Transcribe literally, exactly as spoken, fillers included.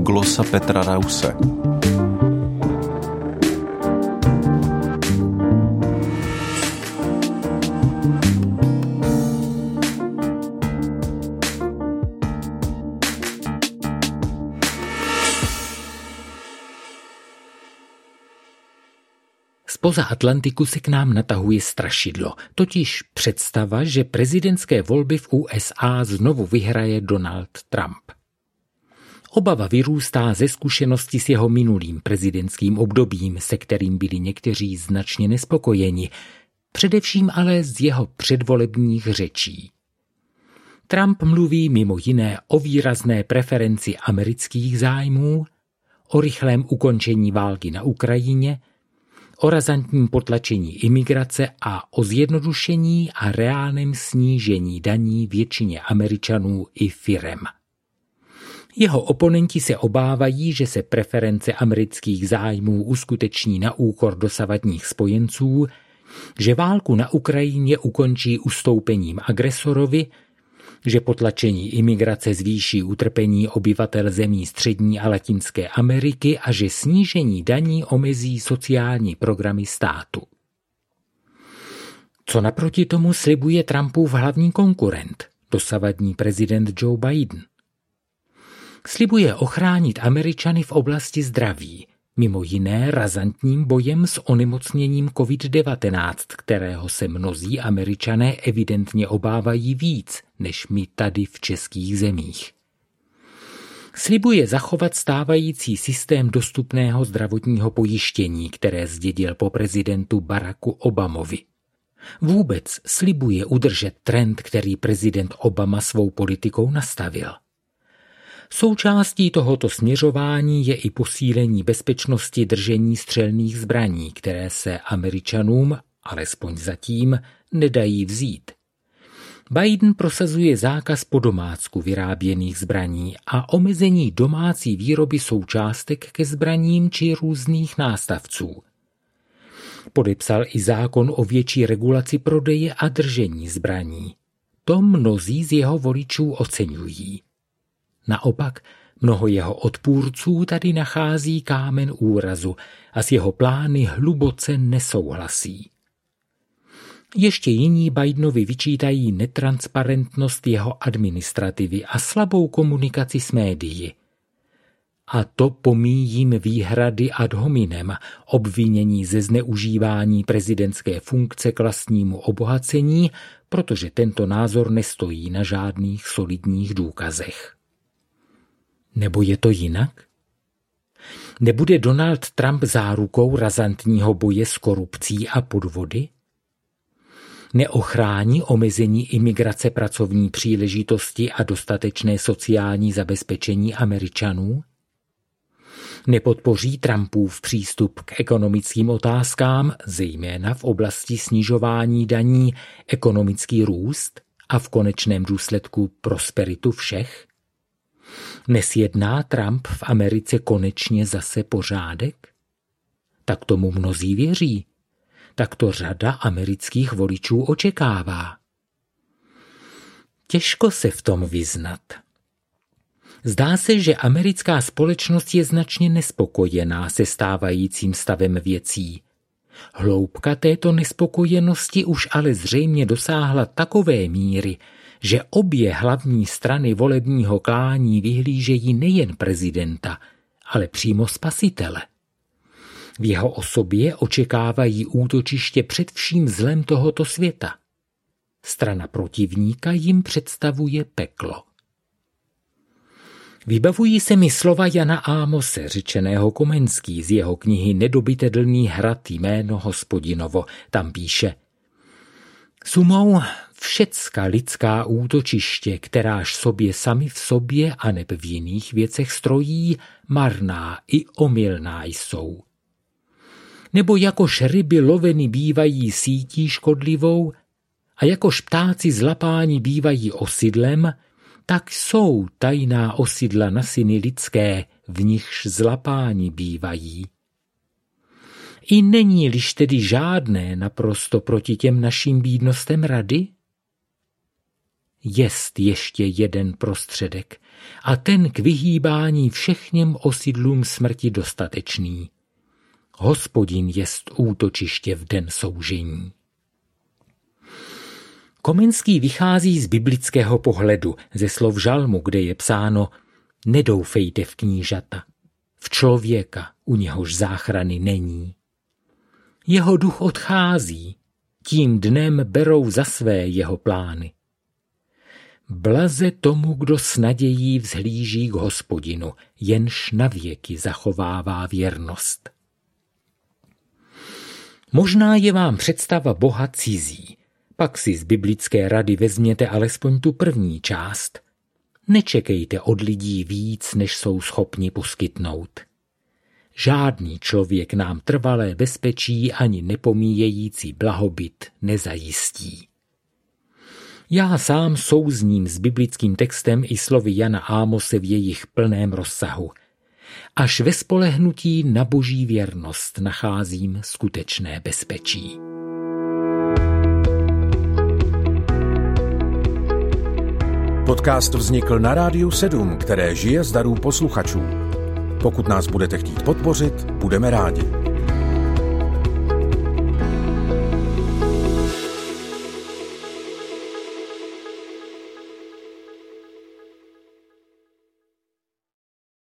glosa Petra Rause. Zpoza Atlantiku se k nám natahuje strašidlo, totiž představa, že prezidentské volby v U S A znovu vyhraje Donald Trump. Obava vyrůstá ze zkušenosti s jeho minulým prezidentským obdobím, se kterým byli někteří značně nespokojeni, především ale z jeho předvolebních řečí. Trump mluví mimo jiné o výrazné preferenci amerických zájmů, o rychlém ukončení války na Ukrajině, o razantním potlačení imigrace a o zjednodušení a reálném snížení daní většině Američanů i firem. Jeho oponenti se obávají, že se preference amerických zájmů uskuteční na úkor dosavadních spojenců, že válku na Ukrajině ukončí ustoupením agresorovi, že potlačení imigrace zvýší utrpení obyvatel zemí Střední a Latinské Ameriky a že snížení daní omezí sociální programy státu. Co naproti tomu slibuje Trumpův hlavní konkurent, dosavadní prezident Joe Biden? Slibuje ochránit Američany v oblasti zdraví, mimo jiné razantním bojem s onemocněním covid devatenáct, kterého se mnozí Američané evidentně obávají víc, než my tady v českých zemích. Slibuje zachovat stávající systém dostupného zdravotního pojištění, které zdědil po prezidentu Baracku Obamovi. Vůbec slibuje udržet trend, který prezident Obama svou politikou nastavil. Součástí tohoto směřování je i posílení bezpečnosti držení střelných zbraní, které se Američanům, alespoň zatím, nedají vzít. Biden prosazuje zákaz po domácku vyráběných zbraní a omezení domácí výroby součástek ke zbraním či různých nástavců. Podepsal i zákon o větší regulaci prodeje a držení zbraní. To mnozí z jeho voličů oceňují. Naopak, mnoho jeho odpůrců tady nachází kámen úrazu a s jeho plány hluboce nesouhlasí. Ještě jiní Bidenovi vyčítají netransparentnost jeho administrativy a slabou komunikaci s médii. A to pomíjím výhrady ad hominem, obvinění ze zneužívání prezidentské funkce k vlastnímu obohacení, protože tento názor nestojí na žádných solidních důkazech. Nebo je to jinak? Nebude Donald Trump zárukou razantního boje s korupcí a podvody? Neochrání omezení imigrace pracovní příležitosti a dostatečné sociální zabezpečení Američanů? Nepodpoří Trumpův přístup k ekonomickým otázkám, zejména v oblasti snižování daní, ekonomický růst a v konečném důsledku prosperitu všech? Nesjedná Trump v Americe konečně zase pořádek? Tak tomu mnozí věří. Tak to řada amerických voličů očekává. Těžko se v tom vyznat. Zdá se, že americká společnost je značně nespokojená se stávajícím stavem věcí. Hloubka této nespokojenosti už ale zřejmě dosáhla takové míry, že obě hlavní strany volebního klání vyhlížejí nejen prezidenta, ale přímo spasitele. V jeho osobě očekávají útočiště před vším zlem tohoto světa. Strana protivníka jim představuje peklo. Vybavují se mi slova Jana Ámose, řečeného Komenský z jeho knihy Nedobytelný hrad jméno Hospodinovo. Tam píše: Sumou všecka lidská útočiště, kteráž sobě sami v sobě a neb v jiných věcech strojí, marná i omylná jsou. Nebo jakož ryby loveny bývají sítí škodlivou a jakož ptáci zlapáni bývají osidlem, tak jsou tajná osidla na syny lidské, v nichž zlapáni bývají. I není-liž tedy žádné naprosto proti těm našim bídnostem rady? jest ještě jeden prostředek a ten k vyhýbání všechněm osidlům smrti dostatečný. Hospodin jest útočiště v den soužení. Komenský vychází z biblického pohledu, ze slov žalmu, kde je psáno: nedoufejte v knížata, v člověka, u něhož záchrany není. Jeho duch odchází, tím dnem berou za své jeho plány. Blaze tomu, kdo s nadějí vzhlíží k Hospodinu, jenž navěky zachovává věrnost. Možná je vám představa Boha cizí, pak si z biblické rady vezměte alespoň tu první část. Nečekejte od lidí víc, než jsou schopni poskytnout. Žádný člověk nám trvalé bezpečí ani nepomíjející blahobyt nezajistí. Já sám souzním s biblickým textem i slovy Jana Ámose v jejich plném rozsahu. Až ve spolehnutí na boží věrnost nacházím skutečné bezpečí. Podcast vznikl na Rádiu sedm, které žije z darů posluchačů. Pokud nás budete chtít podpořit, budeme rádi.